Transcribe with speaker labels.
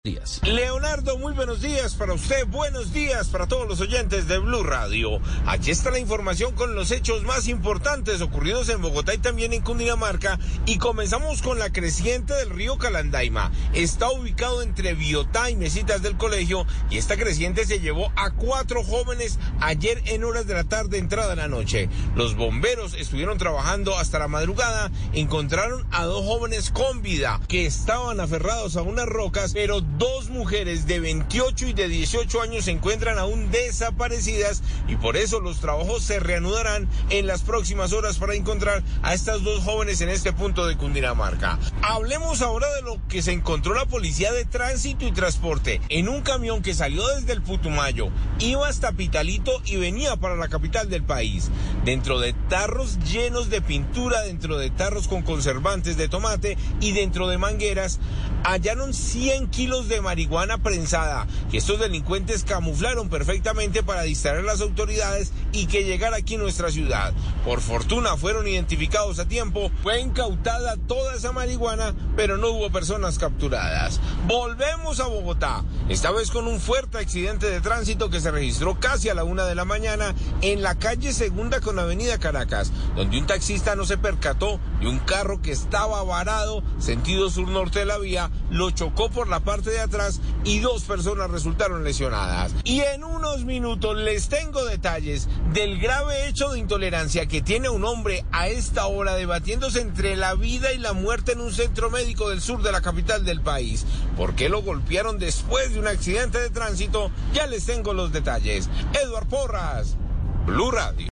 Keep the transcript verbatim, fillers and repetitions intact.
Speaker 1: Días.
Speaker 2: Leonardo, muy buenos días para usted, buenos días para todos los oyentes de Blue Radio. Aquí está la información con los hechos más importantes ocurridos en Bogotá y también en Cundinamarca, y comenzamos con la creciente del río Calandaima. Está ubicado entre Biotá y Mesitas del Colegio, y esta creciente se llevó a cuatro jóvenes ayer en horas de la tarde, entrada en la noche. Los bomberos estuvieron trabajando hasta la madrugada, encontraron a dos jóvenes con vida que estaban aferrados a unas rocas, pero dos mujeres de veintiocho y de dieciocho años se encuentran aún desaparecidas, y por eso los trabajos se reanudarán en las próximas horas para encontrar a estas dos jóvenes en este punto de Cundinamarca. Hablemos ahora de lo que se encontró la Policía de Tránsito y Transporte en un camión que salió desde el Putumayo, iba hasta Pitalito y venía para la capital del país. Dentro de tarros llenos de pintura, dentro de tarros con conservantes de tomate y dentro de mangueras, hallaron cien kilos de marihuana prensada, que estos delincuentes camuflaron perfectamente para distraer a las autoridades y que llegara aquí en nuestra ciudad. Por fortuna fueron identificados a tiempo, fue incautada toda esa marihuana, pero no hubo personas capturadas. Volvemos a Bogotá, esta vez con un fuerte accidente de tránsito que se registró casi a la una de la mañana en la calle Segunda con Avenida Caracas, donde un taxista no se percató y un carro que estaba varado sentido sur-norte de la vía lo chocó por la parte de atrás y dos personas resultaron lesionadas. Y en unos minutos les tengo detalles del grave hecho de intolerancia que tiene un hombre a esta hora debatiéndose entre la vida y la muerte en un centro médico del sur de la capital del país. ¿Por qué lo golpearon después de un accidente de tránsito? Ya les tengo los detalles. Eduard Porras, Blue Radio.